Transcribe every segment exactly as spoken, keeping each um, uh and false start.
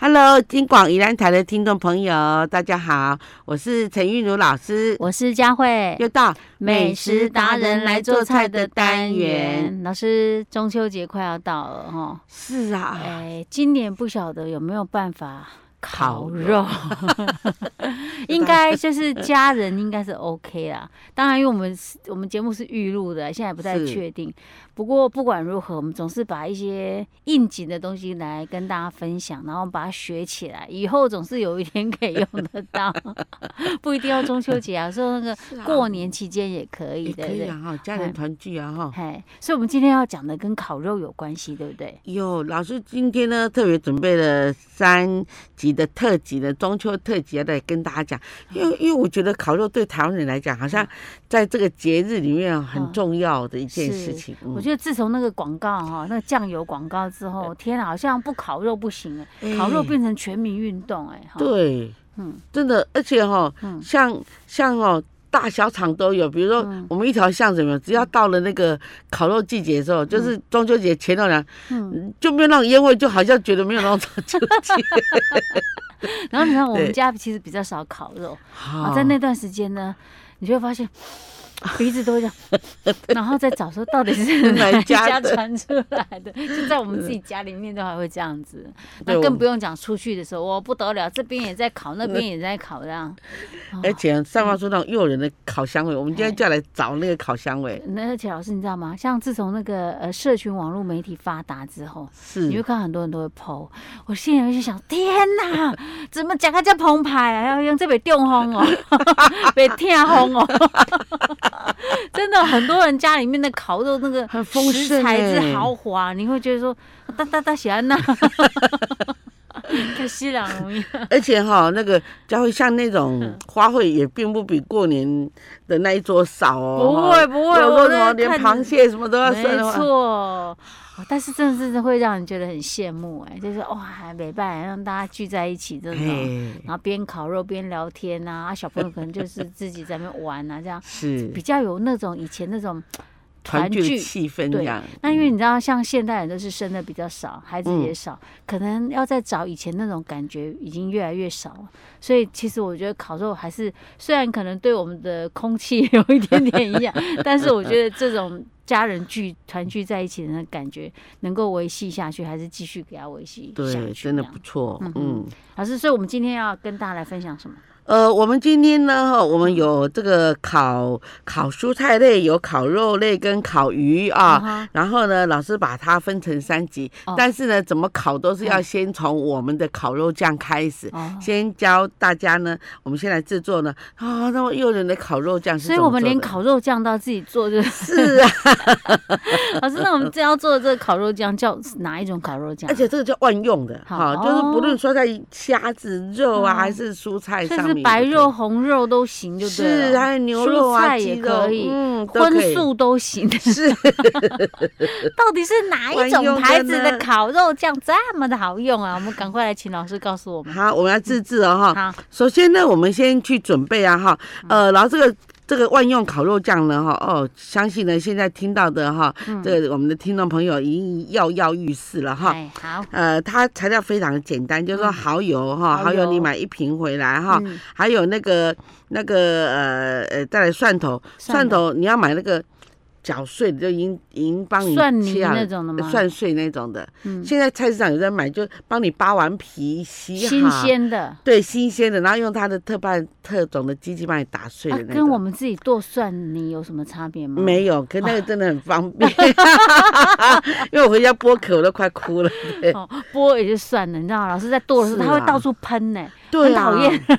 Hello， 金广宜兰台的听众朋友，大家好，我是陈韵如老师， 我是佳慧， 又到美食达人来做菜的单元。老师，中秋节快要到了哈， 是啊， 哎，今年不晓得有没有办法烤肉，应该就是家人应该是 OK 啦。当然，因为我们我们节目是预录的，现在不太确定。不过不管如何，我们总是把一些应景的东西来跟大家分享，然后把它学起来，以后总是有一天可以用得到。不一定要中秋节啊，说那个过年期间也可以，对不对？ 可以啊，哈，家人团聚啊，哈。 哎，所以我们今天要讲的跟烤肉有关系，对不对？ 有老师今天呢特别准备了三集的特辑的中秋特辑要来跟大家讲，因为因为我觉得烤肉对台湾人来讲，好像在这个节日里面很重要的一件事情。 嗯、我觉得自从那个广告哈，那个酱油广告之后，天啊，好像不烤肉不行哎、欸，烤肉变成全民运动哎、欸。 对，嗯，真的，而且哈，嗯、像像哦。大小场都有，比如说我们一条巷子有没有？只要到了那个烤肉季节的时候，嗯、就是中秋节前头两，嗯，就没有那种烟味，就好像觉得没有那种中秋节。 然后你看我们家其实比较少烤肉，啊，在那段时间呢，你就会发现。鼻子都会这样，然后再找说到底是哪一家传出来的，就在我们自己家里面都还会这样子，那更不用讲出去的时候，我不得了，这边也在烤，那边也在烤，这样， 而且散发出那种诱人的烤香味。我们今天就要来找那个烤香味。 那而且老师你知道吗？像自从那个呃社群网络媒体发达之后，是你会看很多人都会 po， 我心里就想，天哪，怎么讲个叫澎湃啊？要用这边中风哦，被痛风哦。真的很多人家里面的烤肉那个食材是豪华，你会觉得说哒哒哒喜欢那，太稀朗容易。 而且哈、哦，那个佳慧像那种花卉也并不比过年的那一桌少哦。 不会不会， 我什么连螃蟹什么都要生。 没错。但是真的是会让人觉得很羡慕哎、欸，就是哇，美拜让大家聚在一起这种，然后边烤肉边聊天啊，啊小朋友可能就是自己在那边玩啊，这样是比较有那种以前那种团聚气氛这样。 那因为你知道，像现代人都是生的比较少，孩子也少，嗯、可能要再找以前那种感觉已经越来越少了。所以其实我觉得烤肉还是虽然可能对我们的空气有一点点影响，但是我觉得这种。家人聚团聚在一起的那感觉能够维系下去，还是继续给他维系下去？ 对，真的不错。嗯, 嗯， 老师，所以我们今天要跟大家来分享什么？ 呃，我们今天呢，我们有这个烤烤蔬菜类，有烤肉类跟烤鱼啊。Uh-huh. 然后呢，老师把它分成三集， oh. 但是呢，怎么烤都是要先从我们的烤肉酱开始， oh. 先教大家呢。我们先来制作呢，啊、哦，那么诱人的烤肉酱是怎么做的？ 所以我们连烤肉酱都要自己做，就是是啊。 老师，那我们这要做的这个烤肉酱叫哪一种烤肉酱？ 而且这个叫万用的，哈、哦，就是不论说在虾子、肉啊，哦、还是蔬菜上面。 白肉、红肉都行，就对了。 是，还有牛肉啊、 蔬菜也可以， 嗯， 荤素都行。 是， 到底是哪一种牌子的烤肉酱这么的好用啊？我们赶快来请老师告诉我们。 好，我们要自制哦，哈、 嗯。好， 首先呢，我们先去准备啊，哈，呃，然后这个。这个万用烤肉酱呢，哈哦，相信呢现在听到的哈，嗯、这个我们的听众朋友已经跃跃欲试了哈。 好， 呃，它材料非常的简单，就是说蚝油哈，蚝油你买一瓶回来哈，嗯、还有那个那个呃呃，再来蒜头，蒜头你要买那个。搅碎的就已经已经帮你蒜泥那种的吗？ 蒜碎那种的，嗯，现在菜市场有在买，就帮你扒完皮洗好， 新鲜的， 对，新鲜的，然后用它的特办特种的机器帮你打碎的那种。 啊、跟我们自己剁蒜泥有什么差别吗？ 没有，可那个真的很方便，因为我回家剥壳我都快哭了。 哦，剥也就算了，你知道吗？老师在剁的时候，他会到处喷呢， 对啊，很讨厌。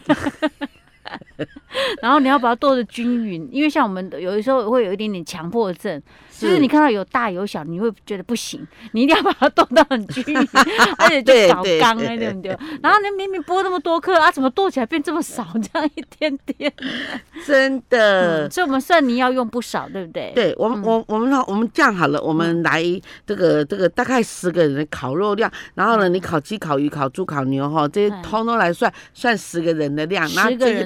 然后你要把它剁得均匀，因为像我们有的时候会有一点点强迫症，就是你看到有大有小，你会觉得不行，你一定要把它剁到很均匀，而且就搞刚哎，对不对？然后你明明剥那么多颗啊，怎么剁起来变这么少？这样一点点， 真的、嗯。 所以我们蒜泥要用不少，对不对？ 对，我们、嗯、我我们我们这样好了，我们来这个这个大概十个人的烤肉量，然后呢，你烤鸡、烤鱼、烤猪、烤牛哈，这些通通来算算十个人的量，然后这些通通都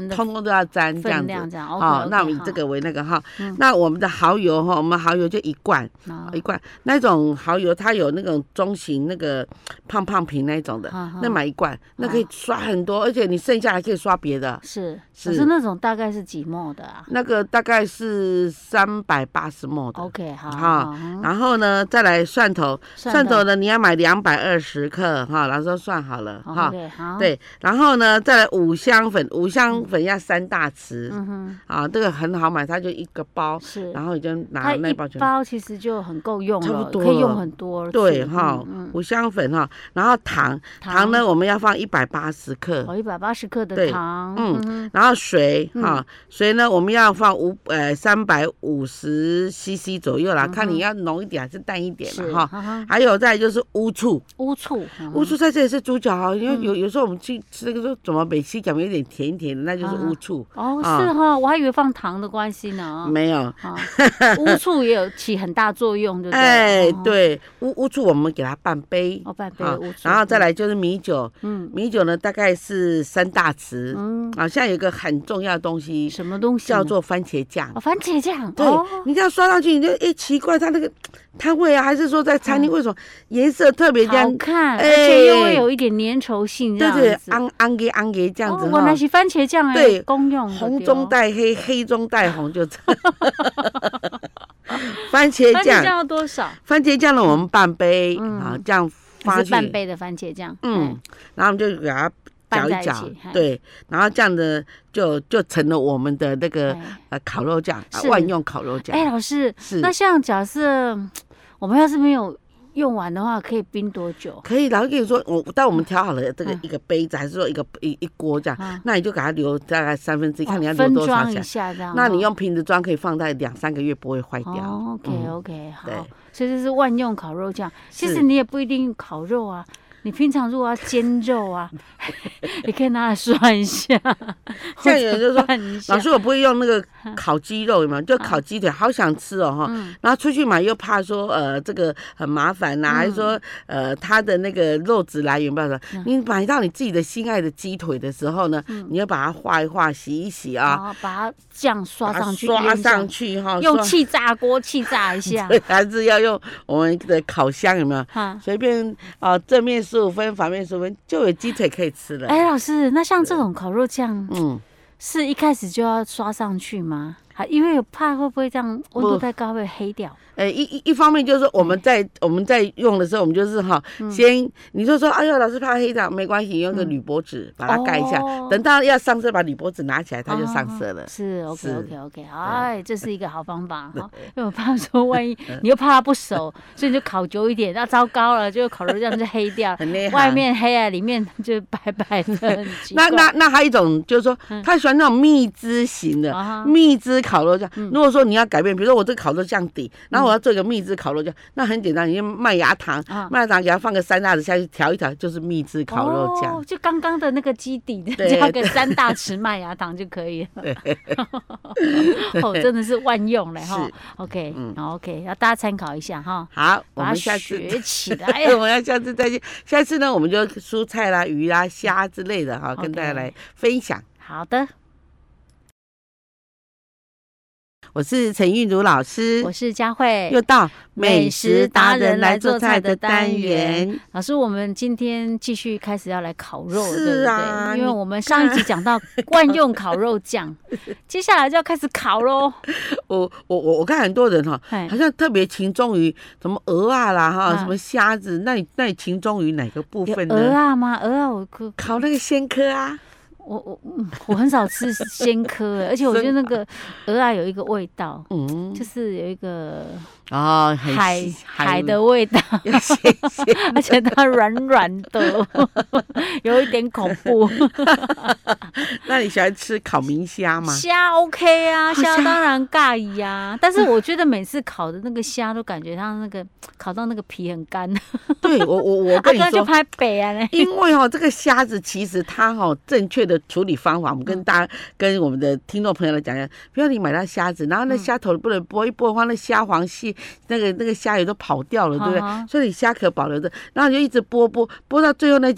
都要沾这样子。 这样好，那我们以这个为那个哈。那我们的蚝油哈，我们蚝油就一罐，一罐那种蚝油，它有那种中型那个胖胖瓶那种的，那买一罐，那可以刷很多，而且你剩下还可以刷别的。 是是，可是那种大概是几毫升的啊？ 那个大概是三百八十毫升的。 OK， 好。 哈，然后呢，再来蒜头，蒜头呢你要买两百二十克哈，老师都算好了哈。对，然后呢，再来五香粉，五香粉要三大匙。嗯哼，啊，这个很好买，它就一个包，是，然后你就拿那包就。 包其实就很够用了， 差不多可以用很多。 对哈，五香粉哈，然后糖，糖呢我们要放一百八十克。 哦，一百八十克的糖。 嗯，然后水哈，水呢我们要放五呃三百五十 C C 左右啦，看你要浓一点还是淡一点嘛哈。还有再就是乌醋， 乌醋， 乌醋在这里是主角哈，因为有有时候我们去吃那个时候怎么美西感觉有点甜甜的，那就是乌醋。 哦，是哈，我还以为放糖的关系呢。 没有， 乌醋也有起很大作用，对不对？ 哎，对，乌乌醋我们给它半杯， 哦，半杯乌醋。 然后再来就是米酒，嗯，米酒呢大概是三大匙，嗯，啊，现在有一个很重要的东西， 什么东西？ 叫做番茄酱。 哦，番茄酱， 对，你这样刷上去，你就哎奇怪，它那个摊位啊，还是说在餐厅为什么颜色特别这样好看，而且又会有一点粘稠性， 对对，昂昂给昂给这样子。 原来是番茄酱哎，公用红中带黑，黑中带红，就这样。番茄酱，番茄酱要多少？ 番茄酱呢，我们半杯啊，这样放去半杯的番茄酱， 嗯，然后我们就给它搅一搅，对，然后这样的就就成了我们的那个呃烤肉酱，万用烤肉酱。 哎，老师，那像假设我们要是没有用完的话，可以冰多久？ 可以，老师跟你说，我当我们调好了这个一个杯子，还是说一个一一锅这样，那你就给它留大概三分之一，看你要留多少下。那你用瓶子装，可以放在两三个月不会坏掉。 OK OK， 好，所以这是万用烤肉酱。其实你也不一定烤肉啊。你平常如果要煎肉啊，你可以拿来涮一下。 像有人就说，老师我不会用那个烤鸡肉，有没有？就烤鸡腿，好想吃哦哈。然后出去买又怕说呃这个很麻烦呐，还是说呃它的那个肉质来源不知道。你买到你自己的心爱的鸡腿的时候呢，你要把它化一化、洗一洗啊， 把它酱刷上去， 刷上去哈， 用气炸锅气炸一下。 还是要用我们的烤箱有没有？随便啊，正面十五分，反面十五分，就有鸡腿可以吃了。 哎，老师，那像这种烤肉酱，嗯，是一开始就要刷上去吗？还因为怕会不会这样温度太高会黑掉？ 呃，一一一方面就是说我们在我们在用的时候，我们就是哈，先你就说，哎呀，老师怕黑掉，没关系，用个铝箔纸把它盖一下，等到要上色，把铝箔纸拿起来，它就上色了。 是 ，OK OK OK， 哎，这是一个好方法哈，因为我怕说万一你又怕它不熟，所以你就烤久一点，那糟糕了，就烤肉这样就黑掉，外面黑啊，里面就白白的。 那那那还有一种就是说，他喜欢那种蜜汁型的蜜汁烤肉酱。如果说你要改变，比如说我这个烤肉酱底，然后我要做一个蜜汁烤肉酱，那很简单，你用麦芽糖，麦芽糖给它放个三大匙下去调一调，就是蜜汁烤肉酱。 哦，就刚刚的那个基底加个三大匙麦芽糖就可以了。哦，真的是万用嘞哈。OK，嗯，好 OK， 要大家参考一下哈。 好，我们下次学起来。 我们要下次再见。下次呢，我们就蔬菜啦、鱼啦、虾之类的哈，跟大家来分享。 好的。 我是陈韵如老师， 我是佳慧， 又到美食达人来做菜的单元。 老师，我们今天继续开始要来烤肉， 是啊， 对不对？因为我们上一集讲到万用烤肉酱，接下来就要开始烤喽。 我我我我看很多人哈，好像特别勤衷于什么鹅啊啦哈，什么虾子，那你那你勤衷于哪个部分呢？ 鹅啊吗？鹅啊，我烤那个鲜科啊。 我我我很少吃鲜科，而且我觉得那个鹅啊有一个味道，嗯，就是有一个哦海海的味道，而且它软软的，有一点恐怖。 那你喜欢吃烤明虾吗？ 虾 OK 啊，虾当然尬意啊，但是我觉得每次烤的那个虾都感觉它那个烤到那个皮很干。 对我我我跟你说， 就拍北啊， 因为哦这个虾子其实它哦正确的处理方法，我们跟大家、嗯、跟我们的听众朋友来讲讲。比如你买到虾子，然后那虾头不能剥一剥的话，那虾黄细那个那个虾油都跑掉了，对不对？所以你虾壳保留着，然后你就一直剥剥剥到最后那节，你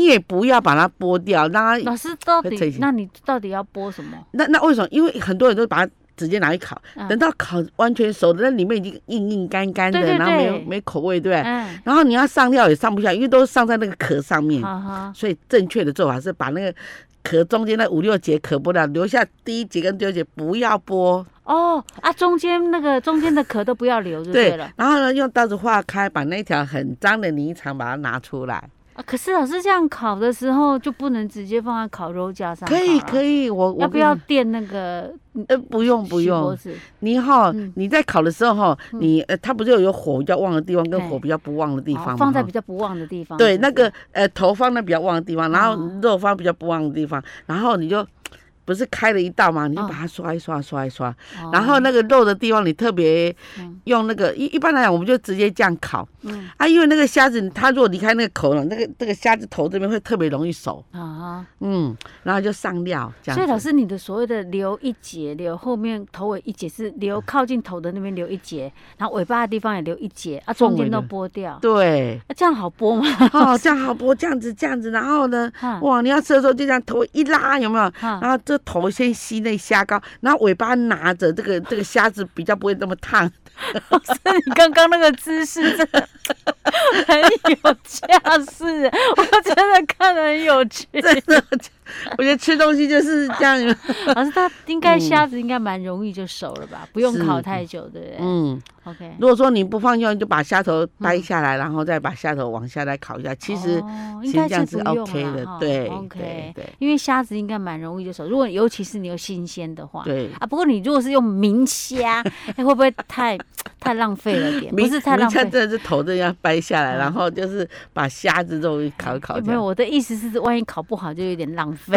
你也不要把它剥掉，让它。 老师到底，那你到底要剥什么？ 那那为什么？因为很多人都把它直接拿去烤，嗯、等到烤完全熟的，那里面已经硬硬干干的， 对对对， 然后没有没口味，对不对？嗯、然后你要上料也上不下，因为都是上在那个壳上面， 嗯、 所以正确的做法是把那个壳中间那五六节壳剥掉，留下第一节跟第二节不要剥。 哦啊，中间那个中间的壳都不要留就对了。 对，然后呢，用刀子划开，把那条很脏的泥肠把它拿出来。 啊，可是老师这样烤的时候就不能直接放在烤肉架上。 可以可以，我要不要垫那个？ 呃，不用不用。你哈、嗯，你在烤的时候哈，你呃，它不是有有火比较旺的地方跟火比较不旺的地方吗？ 放在比较不旺的地方。 对，那个呃头放在比较旺的地方，然后肉放比较不旺的地方，然后你就。不是开了一道吗？你就把它刷一刷，刷一刷，哦、然后那个肉的地方，你特别用那个一一般来讲，我们就直接这样烤。嗯啊，因为那个虾子，它如果离开那个口了，那个那个虾子头这边会特别容易熟啊。嗯，然后就上料这样。 所以老师，你的所谓的留一节，留后面头尾一节是留靠近头的那边留一节，然后尾巴的地方也留一节，啊，中间都剥掉。 对， 啊，这样好剥吗？ 哦，这样好剥，这样子这样子，然后呢，哇，你要吃的时候就这样头一拉，有没有？然后这头先吸那虾膏，然后尾巴拿着，这个这个虾子比较不会那么烫。 老师，你刚刚那个姿势真的很有架势，我真的看得很有趣。 真的，我觉得吃东西就是这样。 老师，他应该虾子应该蛮容易就熟了吧？嗯、不用烤太久，对不对？ 嗯。 OK， 如果说你不放油，你就把虾头掰下来，嗯、然后再把虾头往下来烤一下。其实， 哦、 其实这样是 OK 的，对 ，OK， 对对。 因为虾子应该蛮容易就熟，如果尤其是你有新鲜的话， 对啊。不过你如果是用明虾，哎，会不会太太浪费了点？不是太浪费， 明虾真的是头这样掰下来，嗯、然后就是把虾子肉烤一烤。 没有，我的意思是，万一烤不好就有点浪费。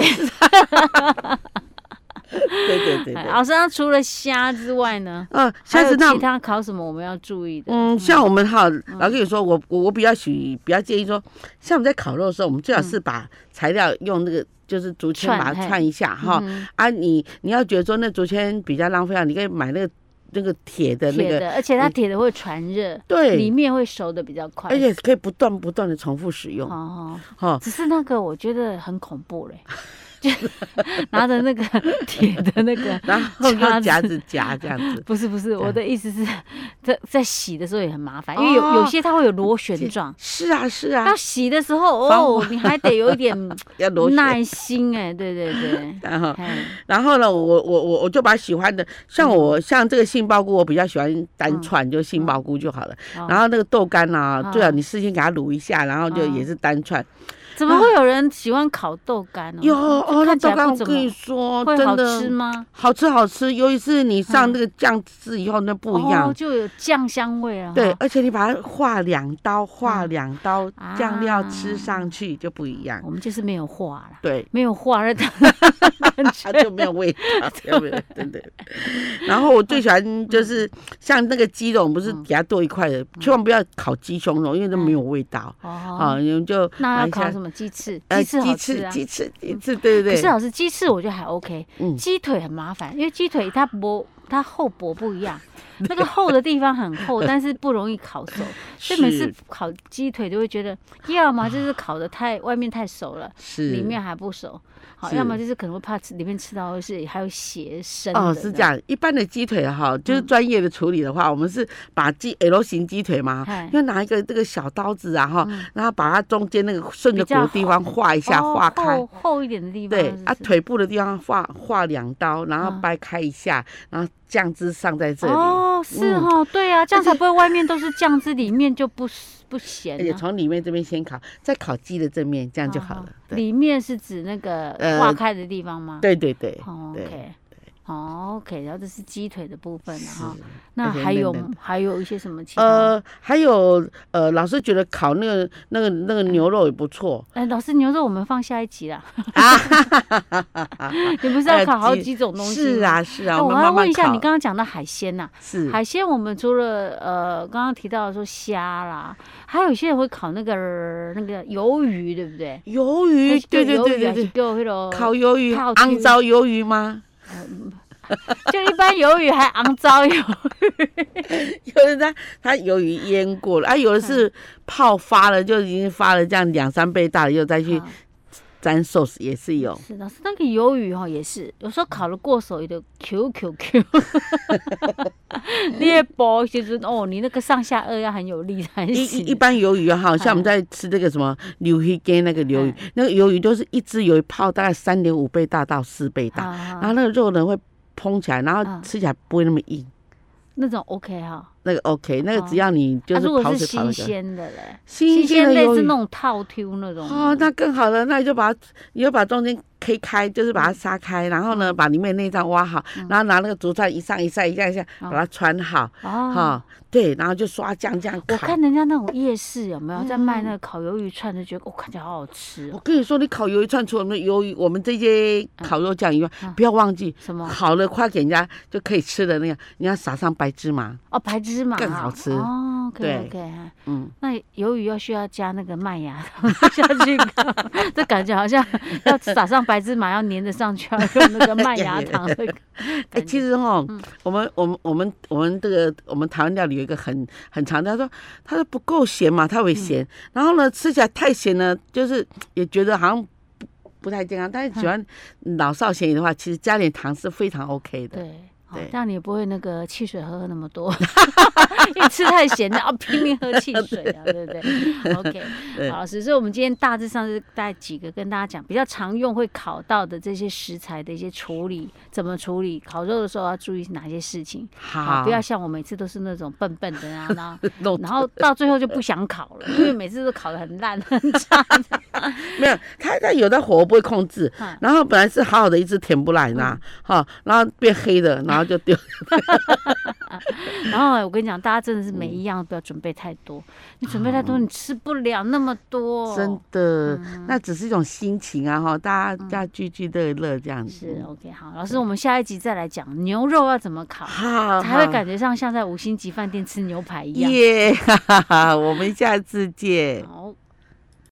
对对对对， 老师，那除了虾之外呢？ 嗯，虾子那其他烤什么我们要注意的？ 嗯，像我们哈，老跟你说，我我我比较喜比较建议说，像我们在烤肉的时候，我们最好是把材料用那个就是竹签把它串一下哈。啊，你你要觉得说那竹签比较浪费啊，你可以买那个那个铁的那个， 而且它铁的会传热， 对， 里面会熟的比较快， 而且可以不断不断的重复使用。 哦哦，只是那个我觉得很恐怖嘞。拿着那个铁的那个， 然后用夹子夹这样子。 不是不是，我的意思是，在在洗的时候也很麻烦，因为有有些它会有螺旋状。 是啊是啊。 要洗的时候哦，你还得有一点耐心哎，对对对。 然后然后呢，我我我我就把喜欢的，像我像这个杏鲍菇，我比较喜欢单串，就杏鲍菇就好了。然后那个豆干啊，最好你事先给它卤一下，然后就也是单串。 怎么会有人喜欢烤豆干呢？ 有哦，那豆干我跟你说， 会好吃吗？ 好吃好吃，尤其是你上那个酱汁以后，那不一样， 就有酱香味了。 对，而且你把它划两刀，划两刀，酱料吃上去就不一样。 我们就是没有划了， 对， 没有划了， 它就没有味道，对对。然后我最喜欢就是像那个鸡肉，不是给它剁一块的，千万不要烤鸡胸肉，因为都没有味道。哦，你们就那要烤什么？鸡翅，鸡翅好吃啊！ 鸡翅，鸡翅，对对对。 可是老师，鸡翅我觉得还 OK， 鸡腿很麻烦，因为鸡腿它薄，它厚薄不一样。那个厚的地方很厚，但是不容易烤熟，所以每次烤鸡腿就会觉得，要么就是烤的太外面太熟了，是里面还不熟。好，要么就是可能会怕吃里面吃到是还有血生的。 哦，是这样。一般的鸡腿哈，就是专业的处理的话，嗯、我们是把鸡 L 型鸡腿嘛，要拿一个这个小刀子啊哈，嗯、然后把它中间那个顺着骨的地方划一下，划、哦、开厚厚一点的地方。 对啊，腿部的地方划划两刀，然后掰开一下，然后酱汁上在这里。 哦，是哦，嗯、对啊，这样才不会外面都是酱汁，里面就不不咸、啊。 而且从里面这边先烤，再烤鸡的正面，这样就好了。 哦、里面是指那个化开的地方吗？呃、 对对对。 哦 OK。哦 ，OK， 然后这是鸡腿的部分了哈。那还有还有一些什么其他？ 呃，还有呃，老师觉得烤那个那个那个牛肉也不错。 哎，老师，牛肉我们放下一集啦。啊，你不是要烤好几种东西？ 是啊是啊。 我要问一下，你刚刚讲到海鲜呐？ 是。 海鲜我们除了呃刚刚提到的说虾啦，还有一些人会烤那个那个鱿鱼，对不对？ 鱿鱼，对对对对对。烤鱿鱼，肮糟鱿鱼吗？ 就一般鱿鱼还肮脏鱿鱼， 有的它它鱿鱼腌过了，啊，有的是泡发了，就已经发了这样两三倍大了，又再去沾寿司也是有。 是的，是那个鱿鱼哈也是，有时候烤了过手，有的 Q Q Q， 你也包其实哦，你那个上下颚要很有力才行。 一一般鱿鱼哈，像我们在吃这个什么鱿鱼干那个鱿鱼，那个鱿鱼都是一只鱿鱼泡大概三点五倍大到四倍大，然后那个肉呢会蓬起来，然后吃起来不会那么硬。 那种 OK 哈， 那个 OK， 那个只要你就是跑水跑那个。啊，如果是新鲜的嘞，新鲜类似那种套 Q 那种。 哦，那更好了，那你就把它，你就把中间K开，就是把它杀开，然后呢，把里面内脏挖好，然后拿那个竹串一上一下一下一下，把它穿好，哈，对，然后就刷酱这样烤。 我看人家那种夜市有没有在卖那个烤鱿鱼串，就觉得哦，看起来好好吃。 我跟你说，你烤鱿鱼串除了鱿鱼，我们这些烤肉酱以外，不要忘记什么好了快给人家就可以吃的那个，你要撒上白芝麻。 哦，白芝麻更好吃哦。 对 ，OK OK， 嗯， 那鱿鱼要需要加那个麦芽糖下去烤，这感觉好像要撒上白芝麻，要粘得上去，要用那个麦芽糖的。 哎，其实哈，我们我们我们我们这个我们台湾料理有一个很很长的，他说他说不够咸嘛，他会咸，然后呢吃起来太咸呢，就是也觉得好像不不太健康，但是喜欢老少咸宜的话，其实加点糖是非常 OK 的。 对。这样你也不会那个汽水喝那么多，因为吃太咸了，要拼命喝汽水啊，对不对 ？OK， 好，老师，所以我们今天大致上是带几个跟大家讲比较常用会烤到的这些食材的一些处理，怎么处理，烤肉的时候要注意哪些事情，好，不要像我每次都是那种笨笨的啊，然后然后到最后就不想烤了，因为每次都烤得很烂很差。 没有，它它有的火不会控制，然后本来是好好的一只甜不来呢，哈，然后变黑的，然后就丢。 然后我跟你讲，大家真的是每一样不要准备太多，你准备太多，你吃不了那么多。 真的，那只是一种心情啊，哈，大家家聚聚乐乐这样子。 是 OK， 好，老师，我们下一集再来讲牛肉要怎么烤，才会感觉上像在五星级饭店吃牛排一样。 耶，我们下次见。 好。